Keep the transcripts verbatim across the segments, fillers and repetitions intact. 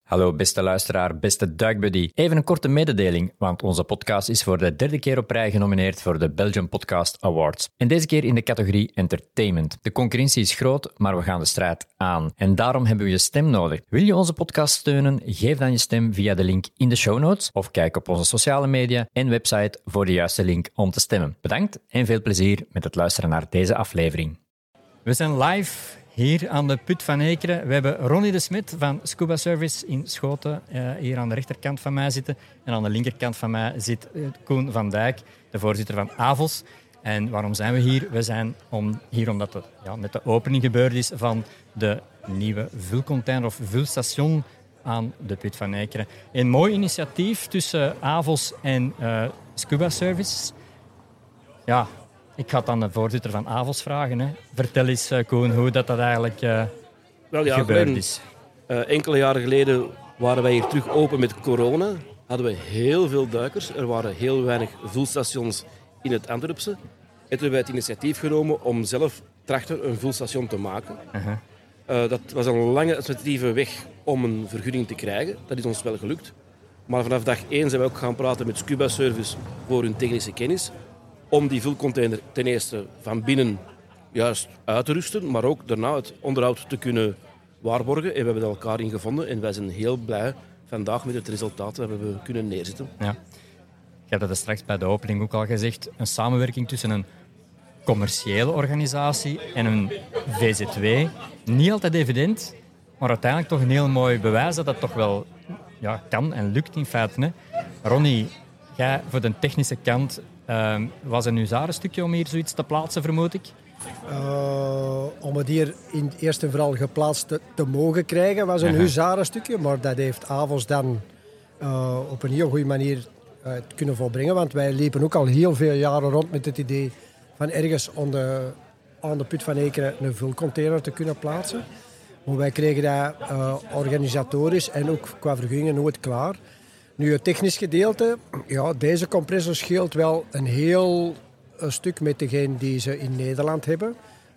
Hallo beste luisteraar, beste duikbuddy. Even een korte mededeling, want onze podcast is voor de derde keer op rij genomineerd voor de Belgian Podcast Awards. En deze keer in de categorie Entertainment. De concurrentie is groot, maar we gaan de strijd aan. En daarom hebben we je stem nodig. Wil je onze podcast steunen? Geef dan je stem via de link in de show notes of kijk op onze sociale media en website voor de juiste link om te stemmen. Bedankt en veel plezier met het luisteren naar deze aflevering. We zijn live hier aan de Put van Ekeren. We hebben Ronnie de Smet van Scuba Service in Schoten uh, hier aan de rechterkant van mij zitten. En aan de linkerkant van mij zit uh, Koen van Dijk, de voorzitter van A V O S. En waarom zijn we hier? We zijn om, hier omdat het ja, net de opening gebeurd is van de nieuwe vulcontainer of vulstation aan de Put van Ekeren. Een mooi initiatief tussen A V O S en uh, Scuba Service. Ja, ik ga het aan de voorzitter van A V O S vragen. Hè. Vertel eens, uh, Koen, hoe dat, dat eigenlijk uh, Wel, ja, gebeurd geleden, is. Uh, enkele jaren geleden waren wij hier terug open met corona. Hadden we heel veel duikers. Er waren heel weinig vulstations in het Antwerpse. En toen hebben wij het initiatief genomen om zelf trachten een vulstation te maken. Uh-huh. Uh, dat was een lange administratieve weg om een vergunning te krijgen. Dat is ons wel gelukt. Maar vanaf dag één zijn we ook gaan praten met Scuba Service voor hun technische kennis. Om die vulcontainer ten eerste van binnen juist uit te rusten, maar ook daarna het onderhoud te kunnen waarborgen. En we hebben er elkaar in gevonden en wij zijn heel blij vandaag met het resultaat dat we kunnen neerzetten. Ja. Je hebt dat straks bij de opening ook al gezegd. Een samenwerking tussen een commerciële organisatie en een V Z W. Niet altijd evident, maar uiteindelijk toch een heel mooi bewijs dat dat toch wel ja, kan en lukt in feite. Hè. Ronnie, jij voor de technische kant... Uh, was een huzarenstukje om hier zoiets te plaatsen, vermoed ik? Uh, om het hier in eerst en vooral geplaatst te, te mogen krijgen, was een uh-huh. huzarenstukje. Maar dat heeft A V O S dan uh, op een heel goede manier uh, kunnen volbrengen. Want wij liepen ook al heel veel jaren rond met het idee van ergens aan de, aan de Put van Ekeren een vulcontainer te kunnen plaatsen. Maar wij kregen dat uh, organisatorisch en ook qua vergunningen nooit klaar. Nu, het technisch gedeelte, ja, deze compressor scheelt wel een heel een stuk met degene die ze in Nederland hebben.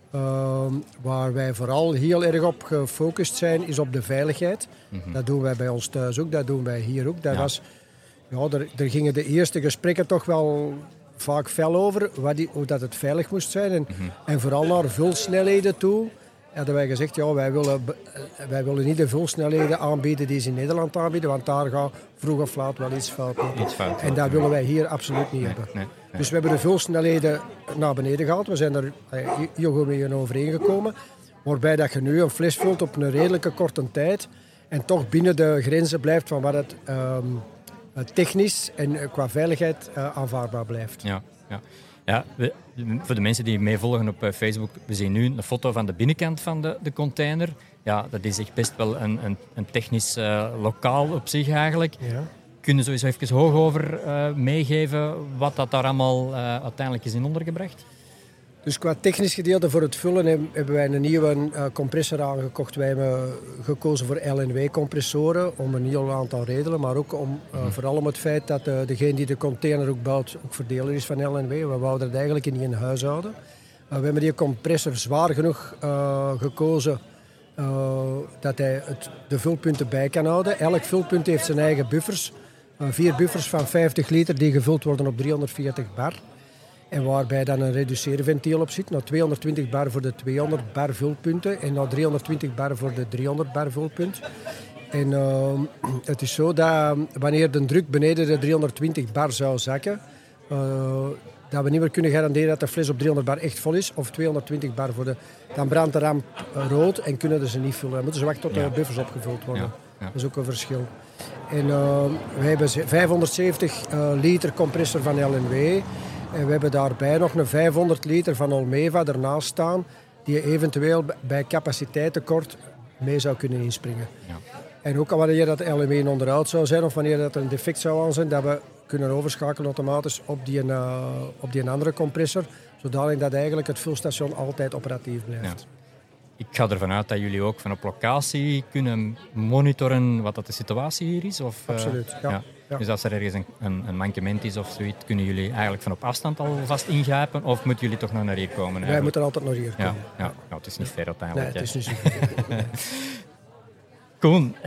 Uh, waar wij vooral heel erg op gefocust zijn, is op de veiligheid. Mm-hmm. Dat doen wij bij ons thuis ook, dat doen wij hier ook. Dat ja. Was, ja, er, er gingen de eerste gesprekken toch wel vaak fel over, wat die, hoe dat het veilig moest zijn. En, mm-hmm. en vooral naar vulsnelheden toe. Hadden wij gezegd, ja, wij willen, wij willen niet de vulsnelheden aanbieden die ze in Nederland aanbieden, want daar gaat vroeg of laat wel iets fout lopen. Iets fout, en dat willen wij hier absoluut niet nee, hebben. Nee, nee. Dus we hebben de vulsnelheden naar beneden gehaald. We zijn er heel goed mee overeengekomen. Waarbij dat je nu een fles vult op een redelijke korte tijd en toch binnen de grenzen blijft van wat het um, technisch en qua veiligheid uh, aanvaardbaar blijft. Ja, ja. Ja, we, voor de mensen die meevolgen op Facebook, we zien nu een foto van de binnenkant van de, de container. Ja, dat is echt best wel een, een, een technisch uh, lokaal op zich eigenlijk. Ja. Kunnen sowieso even hoog over uh, meegeven wat dat daar allemaal uh, uiteindelijk is in ondergebracht? Dus qua technisch gedeelte voor het vullen hebben wij een nieuwe uh, compressor aangekocht. Wij hebben gekozen voor L N W-compressoren om een heel aantal redenen. Maar ook om, uh, mm. vooral om het feit dat uh, degene die de container ook bouwt ook verdeler is van L N W. We wouden het eigenlijk niet in huis houden. Uh, we hebben die compressor zwaar genoeg uh, gekozen uh, dat hij het, de vulpunten bij kan houden. Elk vulpunt heeft zijn eigen buffers. Uh, vier buffers van vijftig liter die gevuld worden op driehonderdveertig bar. En waarbij dan een reduceerventiel op zit. Naar tweehonderdtwintig bar voor de tweehonderd bar vulpunten. En naar driehonderdtwintig bar voor de driehonderd bar vulpunt. En uh, het is zo dat wanneer de druk beneden de driehonderdtwintig bar zou zakken... Uh, dat we niet meer kunnen garanderen dat de fles op driehonderd bar echt vol is. Of tweehonderdtwintig bar voor de... Dan brandt de ramp rood en kunnen ze niet vullen. Dan moeten ze wachten tot de ja. buffers opgevuld worden. Ja. Ja. Dat is ook een verschil. En uh, we hebben vijfhonderdzeventig uh, liter compressor van L N W... En we hebben daarbij nog een vijfhonderd liter van Olmeva ernaast staan, die eventueel bij capaciteitstekort mee zou kunnen inspringen. Ja. En ook wanneer dat L M W in onderhoud zou zijn of wanneer dat er een defect zou aan zijn, dat we kunnen overschakelen automatisch op die, uh, op die andere compressor, zodanig dat eigenlijk het vulstation altijd operatief blijft. Ja. Ik ga ervan uit dat jullie ook van op locatie kunnen monitoren wat dat de situatie hier is? Of, Absoluut, uh, ja. ja. Ja. Dus als er ergens een, een, een mankement is of zoiets, kunnen jullie eigenlijk van op afstand al vast ingrijpen? Of moeten jullie toch nog naar hier komen? Eigenlijk? Wij moeten altijd naar hier komen. Ja, ja. ja. Nou, het is niet ver uiteindelijk. Nee, het is niet zo ver. Koen, hè,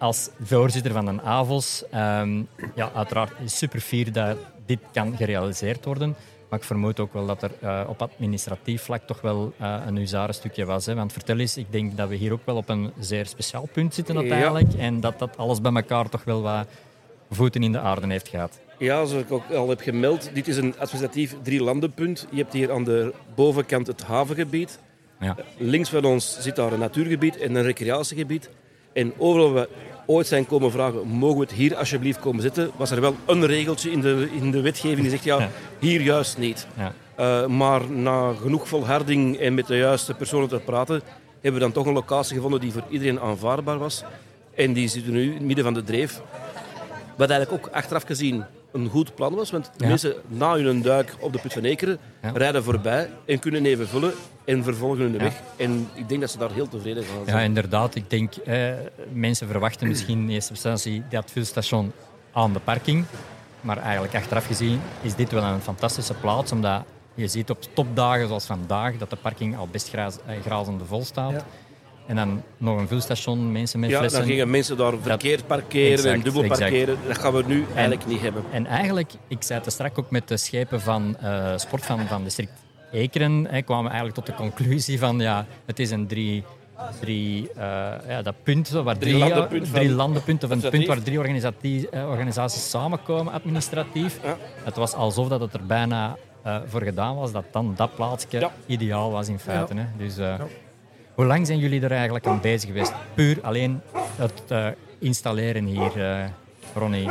als voorzitter van een A V O S, um, ja, uiteraard super fier dat dit kan gerealiseerd worden. Maar ik vermoed ook wel dat er uh, op administratief vlak toch wel uh, een huzarenstukje was. Hè? Want vertel eens, ik denk dat we hier ook wel op een zeer speciaal punt zitten uiteindelijk. Ja. En dat dat alles bij elkaar toch wel wat voeten in de aarde heeft gehad. Ja, zoals ik ook al heb gemeld, dit is een administratief drielandenpunt. Je hebt hier aan de bovenkant het havengebied. Ja. Links van ons zit daar een natuurgebied en een recreatiegebied. En overal waar we ooit zijn komen vragen, mogen we het hier alsjeblieft komen zitten, was er wel een regeltje in de, in de wetgeving die zegt, ja, ja. hier juist niet. Ja. Uh, maar na genoeg volharding en met de juiste personen te praten, hebben we dan toch een locatie gevonden die voor iedereen aanvaardbaar was. En die zitten nu in het midden van de dreef. Wat eigenlijk ook achteraf gezien een goed plan was, want de ja. mensen na hun duik op de Put van Ekeren ja. rijden voorbij en kunnen even vullen en vervolgen hun ja. weg. En ik denk dat ze daar heel tevreden van zijn. Ja, inderdaad. Ik denk, eh, mensen verwachten misschien in eerste instantie dat vulstation aan de parking. Maar eigenlijk achteraf gezien is dit wel een fantastische plaats, omdat je ziet op topdagen zoals vandaag dat de parking al best graz, eh, grazende vol staat. Ja. En dan nog een vulstation, mensen met ja, flessen. Ja, dan gingen mensen daar verkeerd parkeren exact, en dubbel parkeren. Exact. Dat gaan we nu en, eigenlijk niet hebben. En eigenlijk, ik zei het straks ook met de schepen van uh, sport van, van district Ekeren, hè, kwamen we eigenlijk tot de conclusie van, ja, het is een drie... Drie, uh, ja, dat punt waar drie, drie, landenpunt drie landenpunten, of een punt waar drie uh, organisaties samenkomen, administratief. Ja. Het was alsof dat het er bijna uh, voor gedaan was, dat dan dat plaatsje ja. ideaal was in feite. Ja. Hè. Dus, uh, ja. Hoe lang zijn jullie er eigenlijk aan bezig geweest? Puur alleen het uh, installeren hier, uh, Ronnie?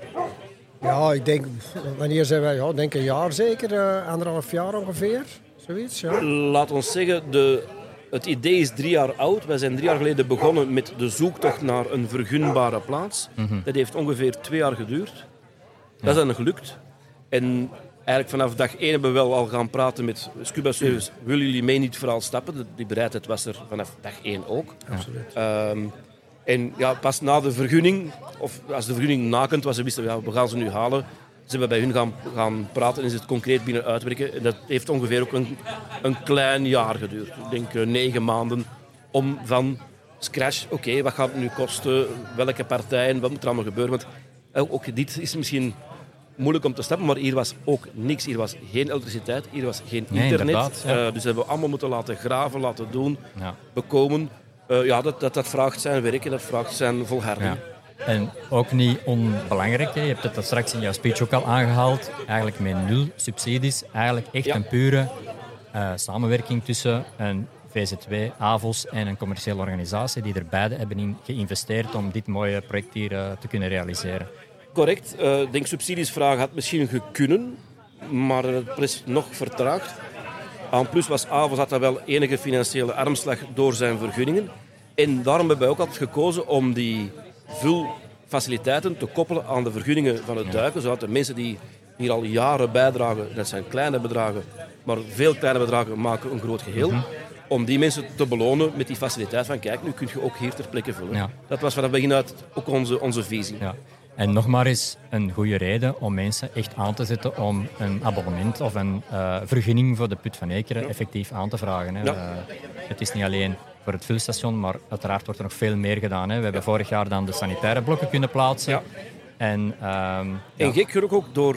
Ja, ik denk, wanneer zijn wij? Ja, denk een jaar zeker, uh, anderhalf jaar ongeveer, zoiets. Ja. Laat ons zeggen, de, het idee is drie jaar oud. Wij zijn drie jaar geleden begonnen met de zoektocht naar een vergunbare plaats. Mm-hmm. Dat heeft ongeveer twee jaar geduurd. Ja. Dat is dan gelukt. En eigenlijk vanaf dag één hebben we wel al gaan praten met Scuba Service. Willen jullie mee niet vooral stappen? Die bereidheid was er vanaf dag één ook. Absoluut. Um, en ja, pas na de vergunning, of als de vergunning nakend was, ze wisten ja, we gaan ze nu halen. Ze hebben bij hun gaan, gaan praten en ze het concreet binnen uitwerken. En dat heeft ongeveer ook een, een klein jaar geduurd. Ik denk uh, negen maanden om van scratch, oké, okay, wat gaat het nu kosten? Welke partijen? Wat moet er allemaal gebeuren? Want uh, ook dit is misschien moeilijk om te stappen, maar hier was ook niks. Hier was geen elektriciteit, hier was geen nee, internet. Ja. Uh, dus hebben we allemaal moeten laten graven, laten doen, ja. bekomen. Uh, ja, dat, dat, dat vraagt zijn werk en dat vraagt zijn volharding. Ja. En ook niet onbelangrijk, hè. Je hebt het straks in jouw speech ook al aangehaald, eigenlijk met nul subsidies, eigenlijk echt ja. een pure uh, samenwerking tussen een V Z W, A V O S en een commerciële organisatie die er beide hebben in geïnvesteerd om dit mooie project hier uh, te kunnen realiseren. Correct. Ik uh, denk subsidies vragen had misschien gekunnen, maar het is nog vertraagd. Aan plus was A V O S had daar wel enige financiële armslag door zijn vergunningen. En daarom hebben wij ook altijd gekozen om die vulfaciliteiten te koppelen aan de vergunningen van het duiken. Zodat de mensen die hier al jaren bijdragen, dat zijn kleine bedragen, maar veel kleine bedragen maken een groot geheel. Mm-hmm. Om die mensen te belonen met die faciliteit van kijk, nu kun je ook hier ter plekke vullen. Ja. Dat was vanaf het begin uit ook onze, onze visie. Ja. En nog maar eens een goede reden om mensen echt aan te zetten om een abonnement of een uh, vergunning voor de Put van Ekeren ja. effectief aan te vragen. Hè. Ja. Uh, het is niet alleen voor het vulstation, maar uiteraard wordt er nog veel meer gedaan. Hè. We hebben ja. vorig jaar dan de sanitaire blokken kunnen plaatsen. Ja. En, um, en ja. gek genoeg ook door,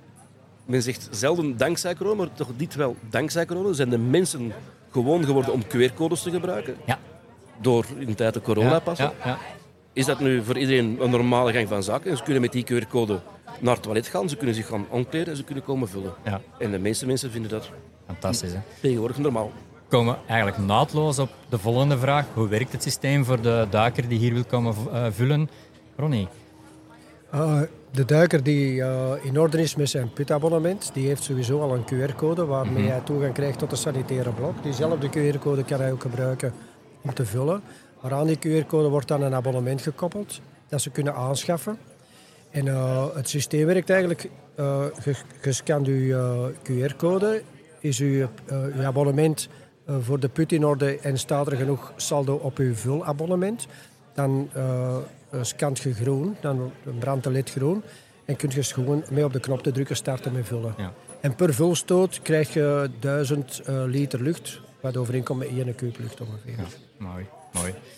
men zegt zelden dankzij corona, maar toch niet wel dankzij corona, zijn de mensen gewoon geworden om Q R-codes te gebruiken. Ja. Door in de tijd de corona passen. Ja. Ja. Ja. Is dat nu voor iedereen een normale gang van zaken? En ze kunnen met die Q R-code naar het toilet gaan, ze kunnen zich gaan omkleden en ze kunnen komen vullen. Ja. En de meeste mensen vinden dat fantastisch, hè? Tegenwoordig normaal. We komen eigenlijk naadloos op de volgende vraag. Hoe werkt het systeem voor de duiker die hier wil komen uh, vullen? Ronnie? Uh, de duiker die uh, in orde is met zijn putabonnement, die heeft sowieso al een Q R-code waarmee mm-hmm. hij toegang krijgt tot de sanitaire blok. Diezelfde Q R-code kan hij ook gebruiken om te vullen. Maar aan die Q R-code wordt dan een abonnement gekoppeld dat ze kunnen aanschaffen. En uh, het systeem werkt eigenlijk, uh, je, je scant uw uh, Q R-code, is uw, uh, uw abonnement uh, voor de put in orde en staat er genoeg saldo op uw vulabonnement. Dan uh, scant je groen, dan brandt de led groen en kun je gewoon mee op de knop te drukken starten met vullen. Ja. En per vulstoot krijg je duizend uh, liter lucht, wat overeenkomt met één kuub lucht ongeveer. Ja, mooi. Mooi.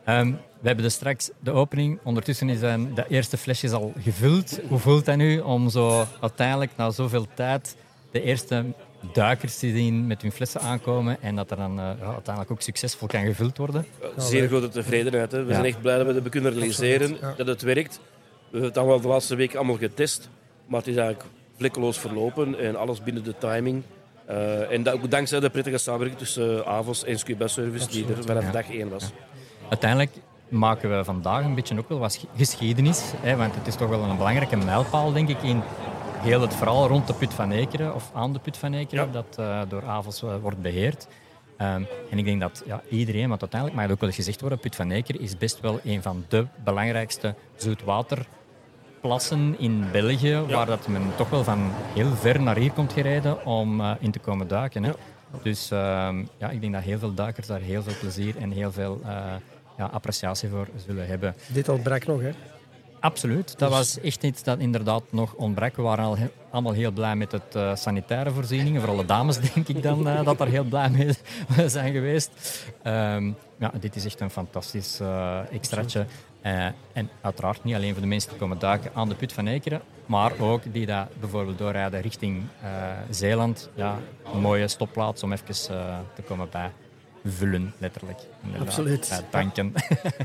Um, we hebben dus straks de opening. Ondertussen is een, de eerste flesjes al gevuld. Hoe voelt dat nu om zo uiteindelijk na zoveel tijd de eerste duikers te zien met hun flessen aankomen en dat er dan uh, uiteindelijk ook succesvol kan gevuld worden? Zeer grote tevredenheid. Hè. We ja. zijn echt blij dat we het kunnen realiseren, ja. dat het werkt. We hebben het dan wel de laatste week allemaal getest, maar het is eigenlijk vlekkeloos verlopen en alles binnen de timing. Uh, en dat ook dankzij de prettige samenwerking tussen uh, Avos en Scuba Service, die er vanaf ja. dag één was. Ja. Uiteindelijk maken we vandaag een beetje ook wel wat geschiedenis, hè, want het is toch wel een belangrijke mijlpaal, denk ik, in heel het verhaal rond de Put van Ekeren, of aan de Put van Ekeren, ja. dat uh, door Avos uh, wordt beheerd. Um, en ik denk dat ja, iedereen, want uiteindelijk mag het ook wel gezegd worden, Put van Ekeren is best wel een van de belangrijkste zoetwaterplassen in België, ja. waar dat men toch wel van heel ver naar hier komt gereden om uh, in te komen duiken. Hè. Ja. Dus um, ja, ik denk dat heel veel duikers daar heel veel plezier en heel veel uh, ja, appreciatie voor zullen hebben. Dit ontbrak nog, hè? Absoluut. Dat was echt iets dat inderdaad nog ontbrak. We waren al he- allemaal heel blij met het uh, sanitaire voorzieningen. Vooral de dames, denk ik dan, uh, dat daar heel blij mee zijn geweest. Um, ja, dit is echt een fantastisch uh, extraatje. Uh, en uiteraard niet alleen voor de mensen die komen duiken aan de Put van Ekeren, maar ook die dat bijvoorbeeld doorrijden richting uh, Zeeland. Ja, een mooie stopplaats om even uh, te komen bijvullen, letterlijk. Inderdaad. Absoluut. Bij tanken.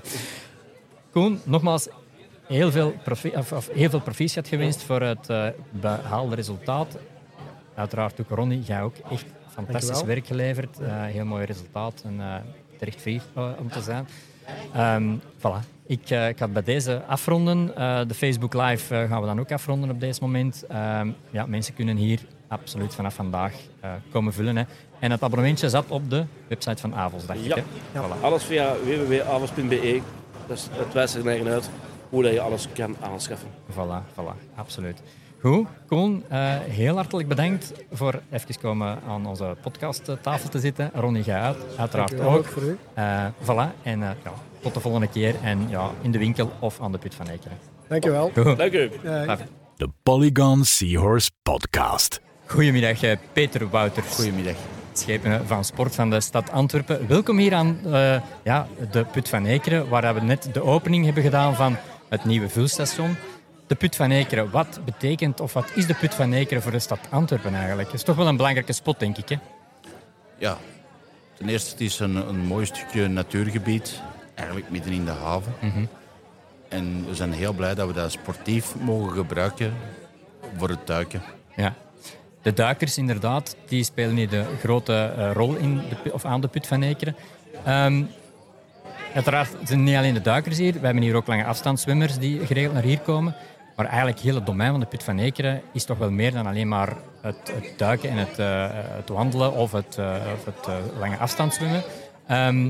Koen, nogmaals, heel veel, profi- of, of, heel veel proficiat gewenst voor het uh, behaalde resultaat. Uiteraard ook Ronnie, jij ook echt fantastisch werk geleverd. Uh, heel mooi resultaat en uh, terecht vier uh, om te zijn. Um, voilà. Ik, uh, ik ga het bij deze afronden. Uh, de Facebook Live uh, gaan we dan ook afronden op deze moment. Um, ja, mensen kunnen hier absoluut vanaf vandaag uh, komen vullen. Hè. En het abonnementje zat op de website van Avos, dacht ja. ik. Hè? Ja. Voilà. Alles via w w w punt avos punt b e. Dus het wijst er eigen uit hoe dat je alles kan aanschaffen. Voilà, voilà, absoluut. Goed, Koen, uh, heel hartelijk bedankt voor even komen aan onze podcasttafel te zitten. Ronnie, jij uit, uiteraard ook. Voor u. Uh, voilà, en uh, ja, tot de volgende keer. En ja, in de winkel of aan de Put van Ekeren. Dank je wel. Dank u. De Polygon Seahorse Podcast. Goedemiddag, Peter Wouters. Goedemiddag. Schepenen van Sport van de stad Antwerpen. Welkom hier aan uh, ja, de Put van Ekeren, waar we net de opening hebben gedaan van het nieuwe vulstation. De Put van Ekeren, wat betekent of wat is de Put van Ekeren voor de stad Antwerpen eigenlijk? Dat is toch wel een belangrijke spot, denk ik, hè? Ja, ten eerste het is een, een mooi stukje natuurgebied, eigenlijk midden in de haven. Mm-hmm. En we zijn heel blij dat we dat sportief mogen gebruiken voor het duiken. Ja. De duikers, inderdaad, die spelen hier de grote uh, rol in de, of aan de Put van Ekeren. Um, uiteraard zijn niet alleen de duikers hier. We hebben hier ook lange afstandszwimmers die geregeld naar hier komen. Maar eigenlijk heel het domein van de Put van Ekeren is toch wel meer dan alleen maar het, het duiken en het, uh, het wandelen of het, uh, of het uh, lange afstandszwemmen. Um,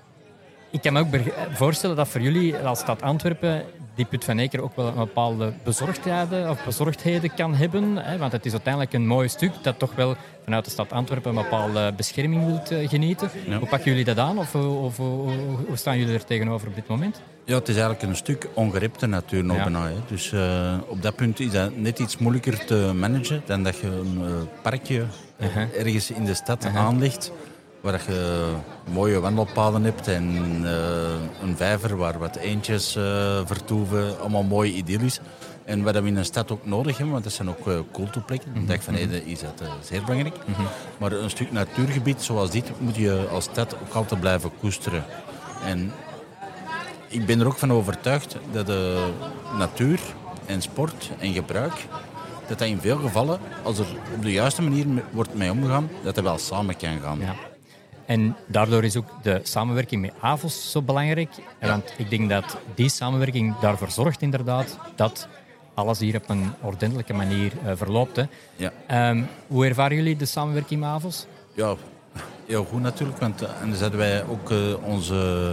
ik kan me ook voorstellen dat voor jullie als stad Antwerpen die Put van Ekeren ook wel een bepaalde bezorgdheden of bezorgdheden kan hebben. Hè? Want het is uiteindelijk een mooi stuk dat toch wel vanuit de stad Antwerpen een bepaalde bescherming wilt uh, genieten. Ja. Hoe pakken jullie dat aan of, of, of hoe staan jullie er tegenover op dit moment? Ja, het is eigenlijk een stuk ongerepte natuur nog ja. bijna. Hè. Dus uh, op dat punt is dat net iets moeilijker te managen dan dat je een uh, parkje uh-huh. ergens in de stad uh-huh. aanlegt. Waar je mooie wandelpaden hebt en uh, een vijver waar wat eendjes uh, vertoeven. Allemaal mooi idyllisch. En wat we in een stad ook nodig hebben, want dat zijn ook uh, cultoplekken. Mm-hmm. Op de Dag van Ede is dat uh, zeer belangrijk. Mm-hmm. Maar een stuk natuurgebied zoals dit moet je als stad ook altijd blijven koesteren. En ik ben er ook van overtuigd dat de natuur en sport en gebruik, dat dat in veel gevallen, als er op de juiste manier wordt mee omgegaan, dat dat wel samen kan gaan. Ja. En daardoor is ook de samenwerking met Avos zo belangrijk. Ja. Want ik denk dat die samenwerking daarvoor zorgt inderdaad dat alles hier op een ordentelijke manier uh, verloopt. Hè. Ja. Um, hoe ervaren jullie de samenwerking met Avos? Ja, heel goed natuurlijk. Want uh, anders hadden wij ook uh, onze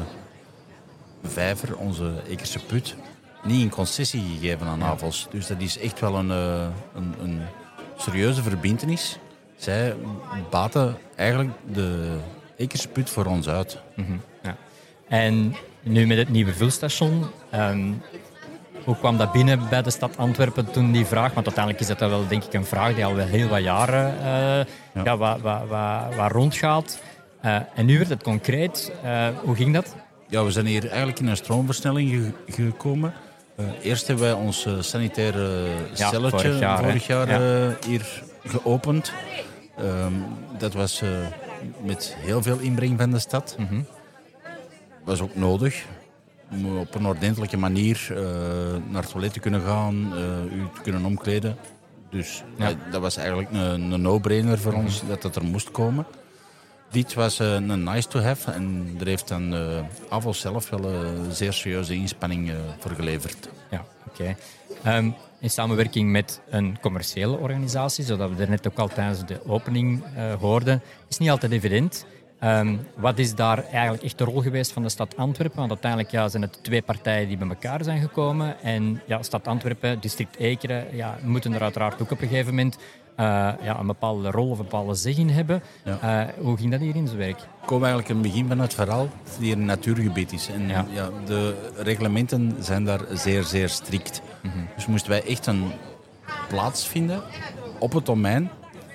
vijver, onze Ekerse Put, niet in concessie gegeven aan Avos. Dus dat is echt wel een, uh, een, een serieuze verbintenis. Zij baten eigenlijk de Ekerse Put voor ons uit. Mm-hmm, ja. En nu met het nieuwe vulstation, um, hoe kwam dat binnen bij de stad Antwerpen toen die vraag? Want uiteindelijk is dat wel denk ik een vraag die al wel heel wat jaren uh, ja. Ja, waar, waar, waar, waar rondgaat. Uh, en nu werd het concreet. Uh, hoe ging dat? Ja, we zijn hier eigenlijk in een stroomversnelling ge- gekomen. Uh, eerst hebben wij ons uh, sanitaire ja, celletje vorig jaar, vorig jaar ja. uh, hier geopend. Um, dat was uh, met heel veel inbreng van de stad. Mm-hmm. Dat was ook nodig. Om op een ordentelijke manier uh, naar het toilet te kunnen gaan, uh, u te kunnen omkleden. Dus ja. uh, dat was eigenlijk een, een no-brainer voor mm-hmm. ons dat dat er moest komen. Dit was uh, een nice to have en er heeft dan uh, Avos zelf wel een zeer serieuze inspanning uh, voor geleverd. Ja, oké. Okay. Um, in samenwerking met een commerciële organisatie, zodat we er net ook al tijdens de opening uh, hoorden, is niet altijd evident. Um, wat is daar eigenlijk echt de rol geweest van de stad Antwerpen? Want uiteindelijk ja, zijn het twee partijen die bij elkaar zijn gekomen. En ja, stad Antwerpen, district Ekeren, ja, moeten er uiteraard ook op een gegeven moment uh, ja, een bepaalde rol of een bepaalde zeg in hebben. Ja. Uh, hoe ging dat hier in zijn werk? We komen eigenlijk in het begin van het verhaal dat hier een natuurgebied is. En ja. Ja, de reglementen zijn daar zeer, zeer strikt. Mm-hmm. Dus moesten wij echt een plaats vinden op het domein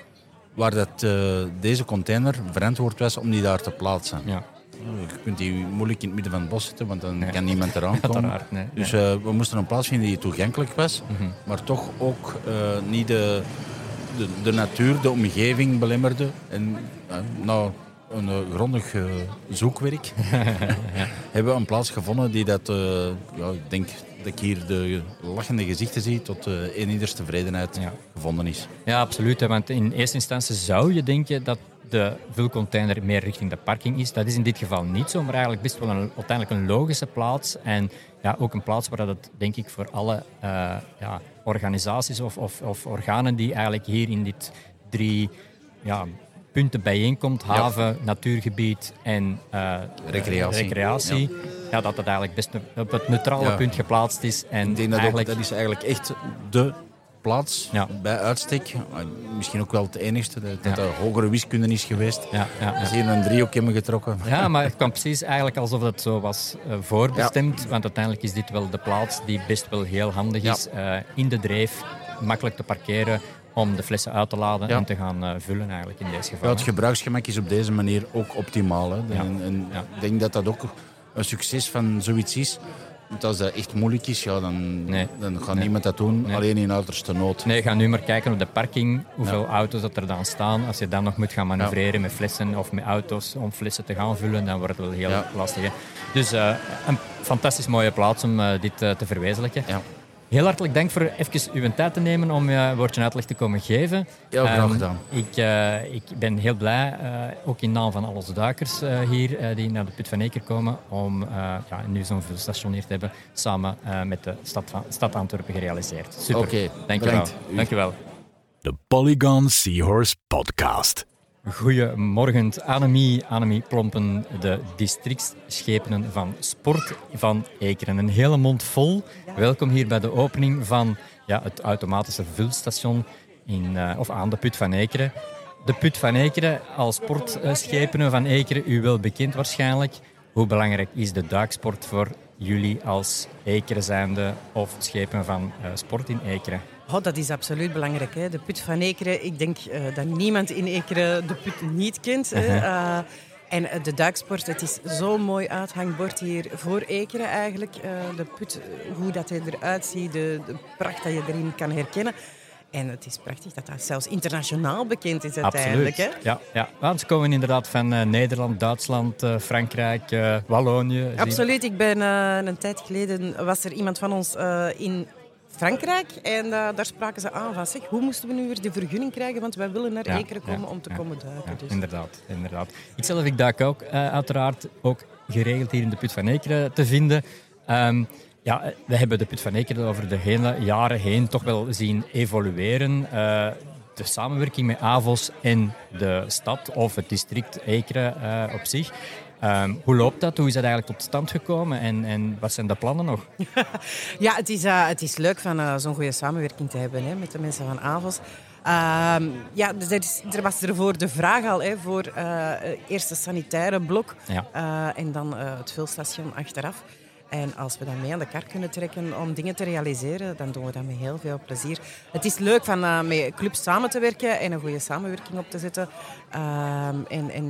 waar dat, uh, deze container verantwoord was om die daar te plaatsen. Ja. Je kunt die moeilijk in het midden van het bos zetten, want dan nee. kan niemand eraan komen. Raar, nee. Dus uh, we moesten een plaats vinden die toegankelijk was, mm-hmm. maar toch ook uh, niet de, de, de natuur, de omgeving belemmerde. En uh, nou, een uh, grondig uh, zoekwerk ja. hebben we een plaats gevonden die dat, uh, ja, ik denk dat ik hier de lachende gezichten zie, tot uh, een ieders tevredenheid ja. gevonden is. Ja, absoluut. Hè, want in eerste instantie zou je denken dat de vulcontainer meer richting de parking is. Dat is in dit geval niet zo, maar eigenlijk best wel een, uiteindelijk een logische plaats. En ja, ook een plaats waar dat, denk ik, voor alle uh, ja, organisaties of, of, of organen die eigenlijk hier in dit drie ja, punten bijeenkomt, haven, ja. natuurgebied en uh, recreatie, recreatie ja. Ja, dat het eigenlijk best op het neutrale ja. punt geplaatst is. En ik denk dat eigenlijk... ook, dat is eigenlijk echt de plaats ja. bij uitstek. Misschien ook wel het enigste, dat ja. er hogere wiskunde is geweest. Ja, ja, ja. Is hier een driehoek hebben getrokken. Ja, maar het kwam precies eigenlijk alsof het zo was uh, voorbestemd. Ja. Want uiteindelijk is dit wel de plaats die best wel heel handig is. Ja. Uh, in de dreef, makkelijk te parkeren, om de flessen uit te laden ja. en te gaan uh, vullen eigenlijk in deze geval. Ja, het gebruiksgemak is op deze manier ook optimaal. Hè. Ja. En, en ja. Ik denk dat dat ook een succes van zoiets is. Want als dat echt moeilijk is, ja, dan, nee. dan gaat nee. niemand dat doen, nee. alleen in uiterste nood. Nee, ga nu maar kijken op de parking, hoeveel ja. auto's dat er dan staan. Als je dan nog moet gaan manoeuvreren ja. met flessen of met auto's om flessen te gaan vullen, dan wordt het wel heel ja. lastig. Hè. Dus uh, een fantastisch mooie plaats om uh, dit uh, te verwezenlijken. Ja. Heel hartelijk dank voor even uw tijd te nemen om uh, een woordje uitleg te komen geven. Ja, graag um, gedaan. Ik, uh, ik ben heel blij, uh, ook in naam van alle onze duikers uh, hier, uh, die naar de Put van Eker komen, om uh, ja, nu zo'n vulstation hier te hebben, samen uh, met de stad, van, stad Antwerpen gerealiseerd. Super, okay, dank je wel. Dank je wel. De Polygon Seahorse Podcast. Goedemorgen, Annemie, Annemie Plompen, de districtsschepenen van Sport van Ekeren. Een hele mond vol. Welkom hier bij de opening van ja, het automatische vulstation in, uh, of aan de Put van Ekeren. De Put van Ekeren, als sportschepenen van Ekeren, u wel bekend waarschijnlijk. Hoe belangrijk is de duiksport voor jullie als Ekeren zijnde of schepen van uh, sport in Ekeren? Oh, dat is absoluut belangrijk. Hè. De Put van Ekeren, ik denk uh, dat niemand in Ekeren de Put niet kent. Hè. Uh, en uh, de duiksport, het is zo'n mooi uithangbord hier voor Ekeren eigenlijk. Uh, de Put, hoe dat hij eruit ziet, de, de pracht dat je erin kan herkennen. En het is prachtig dat dat zelfs internationaal bekend is uiteindelijk. Hè? Ja, ja. Want ze komen inderdaad van uh, Nederland, Duitsland, uh, Frankrijk, uh, Wallonië. Absoluut. Ik ben uh, een tijd geleden, was er iemand van ons uh, in Frankrijk en uh, daar spraken ze aan van, zeg, hoe moesten we nu weer de vergunning krijgen, want wij willen naar ja, Ekeren komen ja, om te ja, komen duiken. Ja, dus. Inderdaad, inderdaad. Ikzelf, ik duik ook uh, uiteraard ook geregeld hier in de Put van Ekeren te vinden. Um, ja, we hebben de Put van Ekeren over de hele jaren heen toch wel zien evolueren. Uh, de samenwerking met Avos en de stad of het district Ekeren uh, op zich. Um, hoe loopt dat? Hoe is dat eigenlijk tot stand gekomen? En, en wat zijn de plannen nog? Ja, het is, uh, het is leuk van uh, zo'n goede samenwerking te hebben hè, met de mensen van Avos. Uh, ja, dus er, is, er was ervoor de vraag al hè, voor uh, eerst het sanitaire blok ja. uh, en dan uh, het vulstation achteraf. En als we dan mee aan de kar kunnen trekken om dingen te realiseren, dan doen we dat met heel veel plezier. Het is leuk van uh, met clubs samen te werken en een goede samenwerking op te zetten. Uh, en... en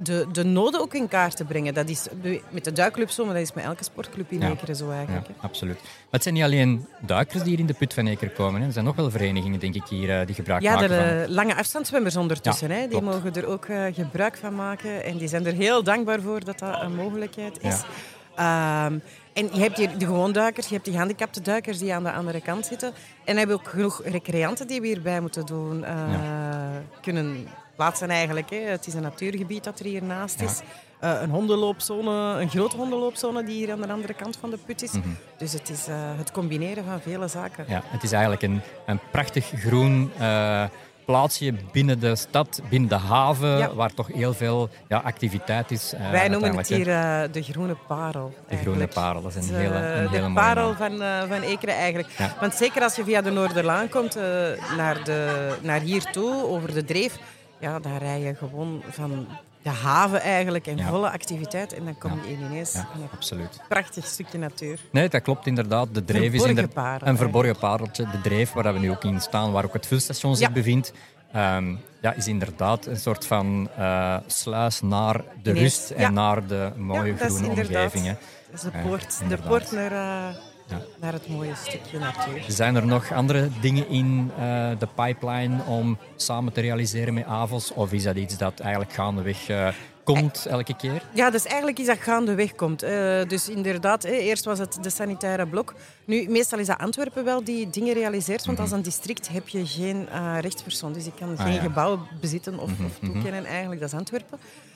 de, de noden ook in kaart te brengen. Dat is met de duikclub zo, maar dat is met elke sportclub in Ja. Ekeren zo eigenlijk. Ja, hè. absoluut. Maar het zijn niet alleen duikers die hier in de put van Ekeren komen. Hè. Er zijn nog wel verenigingen, denk ik, hier uh, die gebruik Ja, maken de van... uh, lange afstandszwemmers ondertussen. Ja, hè, die klopt. mogen er ook uh, gebruik van maken. En die zijn er heel dankbaar voor dat dat een mogelijkheid is. Ja. Um, en je hebt hier de gewoonduikers, je hebt de gehandicapte duikers die aan de andere kant zitten. En we hebben ook genoeg recreanten die we hierbij moeten doen. Uh, ja. Kunnen plaatsen eigenlijk. Hè. Het is een natuurgebied dat er hiernaast is. Ja. Uh, een hondenloopzone, een grote hondenloopzone die hier aan de andere kant van de put is. Mm-hmm. Dus het is uh, het combineren van vele zaken. Ja, het is eigenlijk een, een prachtig groen uh, plaatsje binnen de stad, binnen de haven, ja. waar toch heel veel ja, activiteit is. Uh, Wij noemen het hier uh, de groene parel. De groene parel, dat is een uh, hele, een hele De mooie parel van, uh, van Ekeren eigenlijk. Ja. Want zeker als je via de Noorderlaan komt uh, naar, de, naar hier toe, over de Dreef, ja, dan rij je gewoon van de haven eigenlijk en ja. volle activiteit. En dan kom je ja. ineens ja, een absoluut. prachtig stukje natuur. Nee, dat klopt inderdaad. De Dreef verborgen is inderdaad parel, een verborgen pareltje. De Dreef, waar we nu ook in staan, waar ook het vulstation zich ja. bevindt, um, ja, is inderdaad een soort van uh, sluis naar de ineens. rust en ja. naar de mooie ja, groene omgeving. Hè. Dat is de poort, uh, de poort naar... Uh, Ja. naar het mooie stukje natuur. Zijn er nog andere dingen in uh, de pipeline om samen te realiseren met A V O S? Of is dat iets dat eigenlijk gaandeweg uh, komt elke keer? Ja, dus eigenlijk is dat gaandeweg komt. Uh, dus inderdaad, eh, eerst was het de sanitaire blok. Nu, meestal is dat Antwerpen wel die dingen realiseert, want mm-hmm. als een district heb je geen uh, rechtspersoon. Dus je kan ah, geen ja. gebouw bezitten of, mm-hmm. of toekennen eigenlijk, dat is Antwerpen.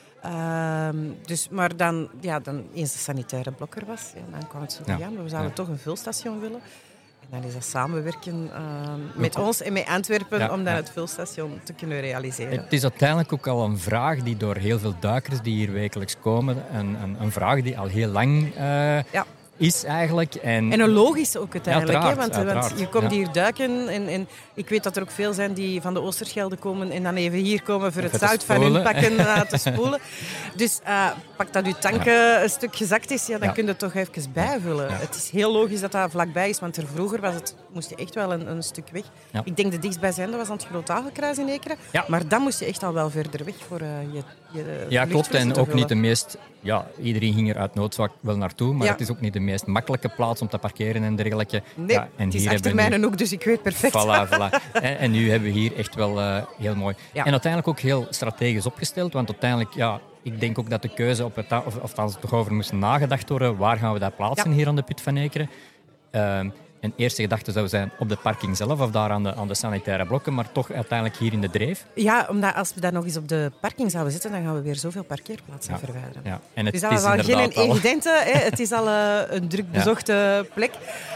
Uh, dus, maar dan, ja, dan eens de sanitaire blok er was, ja, dan kwam het zo van, ja, maar we zouden ja. toch een vulstation willen. En dan is dat samenwerken uh, met ons en met Antwerpen ja, om dan ja. het vulstation te kunnen realiseren. Het is uiteindelijk ook al een vraag die door heel veel duikers die hier wekelijks komen, een, een, een vraag die al heel lang uh, ja. is eigenlijk. En, en een logische ook uiteindelijk. Ja, hè? Want, want je komt ja. hier duiken en, en ik weet dat er ook veel zijn die van de Oosterschelde komen en dan even hier komen voor het zout van hun pakken uh, te spoelen. Dus uh, pak dat je tanken ja. een stuk gezakt is, ja, dan ja. kun je het toch even bijvullen. Ja. Het is heel logisch dat dat vlakbij is, want er vroeger was het, moest je echt wel een, een stuk weg. Ja. Ik denk de dichtstbijzijnde was aan het Groot-Tafelkruis in Ekeren, ja. maar dan moest je echt al wel verder weg voor uh, je, je Ja, klopt. En ook niet de meest... Ja, iedereen ging er uit noodzaak wel naartoe, maar ja. het is ook niet de meest makkelijke plaats om te parkeren en dergelijke. Nee, ja, en het is hier achter mij nu... ook, dus ik weet perfect. Voilà, voilà. En, en nu hebben we hier echt wel uh, heel mooi. Ja. En uiteindelijk ook heel strategisch opgesteld, want uiteindelijk, ja, ik denk ook dat de keuze op het, of, of als er toch over moest nagedacht worden, waar gaan we dat plaatsen ja. hier aan de Put van Ekeren? Uh, Een eerste gedachte zou zijn op de parking zelf of daar aan de, aan de sanitaire blokken, maar toch uiteindelijk hier in de Dreef. Ja, omdat als we dat nog eens op de parking zouden zetten, dan gaan we weer zoveel parkeerplaatsen ja. verwijderen. Ja. En het dus dat is was al geen al... evidente. Hè. Het is al uh, een druk bezochte ja. plek.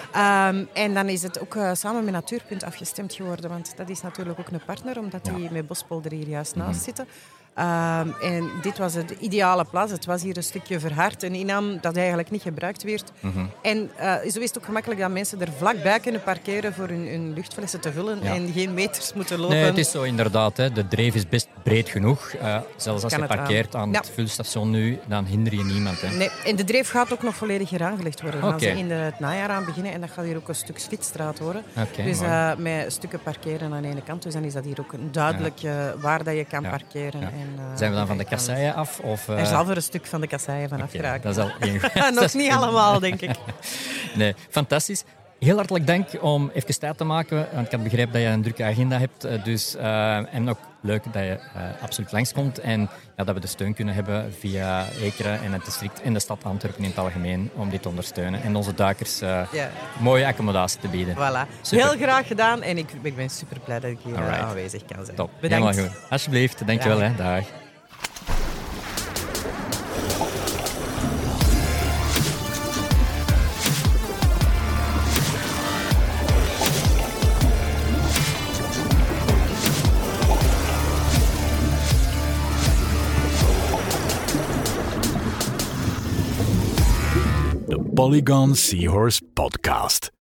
Um, en dan is het ook uh, samen met Natuurpunt afgestemd geworden, want dat is natuurlijk ook een partner, omdat die ja. met Bospolder hier juist naast mm-hmm. zitten. Um, en dit was de ideale plaats. Het was hier een stukje verhard, een inam dat eigenlijk niet gebruikt werd. Mm-hmm. En uh, zo is het ook gemakkelijk dat mensen er vlakbij kunnen parkeren voor hun, hun luchtflessen te vullen ja. en geen meters moeten lopen. Nee, het is zo inderdaad. Hè. De Dreef is best breed genoeg. Uh, zelfs als je parkeert aan, aan ja. het vulstation nu, dan hinder je niemand. Hè. Nee, en de Dreef gaat ook nog volledig hier aangelegd worden. Okay. Dan gaan ze in de, het najaar aan beginnen en dat gaat hier ook een stuk fietsstraat worden. Okay, dus uh, met stukken parkeren aan de ene kant. Dus dan is dat hier ook duidelijk ja. uh, waar dat je kan ja. parkeren. Ja. En, uh, zijn we dan van de kasseien af? Of, uh... Er zal er een stuk van de kasseien van okay, afgeraken. Dat is al één. Nog niet allemaal, denk ik. Nee, fantastisch. Heel hartelijk dank om even tijd te maken. Want ik had begrepen dat je een drukke agenda hebt. Dus, uh, en ook leuk dat je uh, absoluut langskomt. En ja, dat we de steun kunnen hebben via Ekeren en het district en de stad Antwerpen in het algemeen om dit te ondersteunen. En onze duikers uh, ja. mooie accommodatie te bieden. Voilà. Heel graag gedaan. En ik, ik ben super blij dat ik hier uh, aanwezig kan zijn. Top. Bedankt. Helemaal goed. Alsjeblieft. Dankjewel. Hè. Dag. Polygon Seahorse Podcast.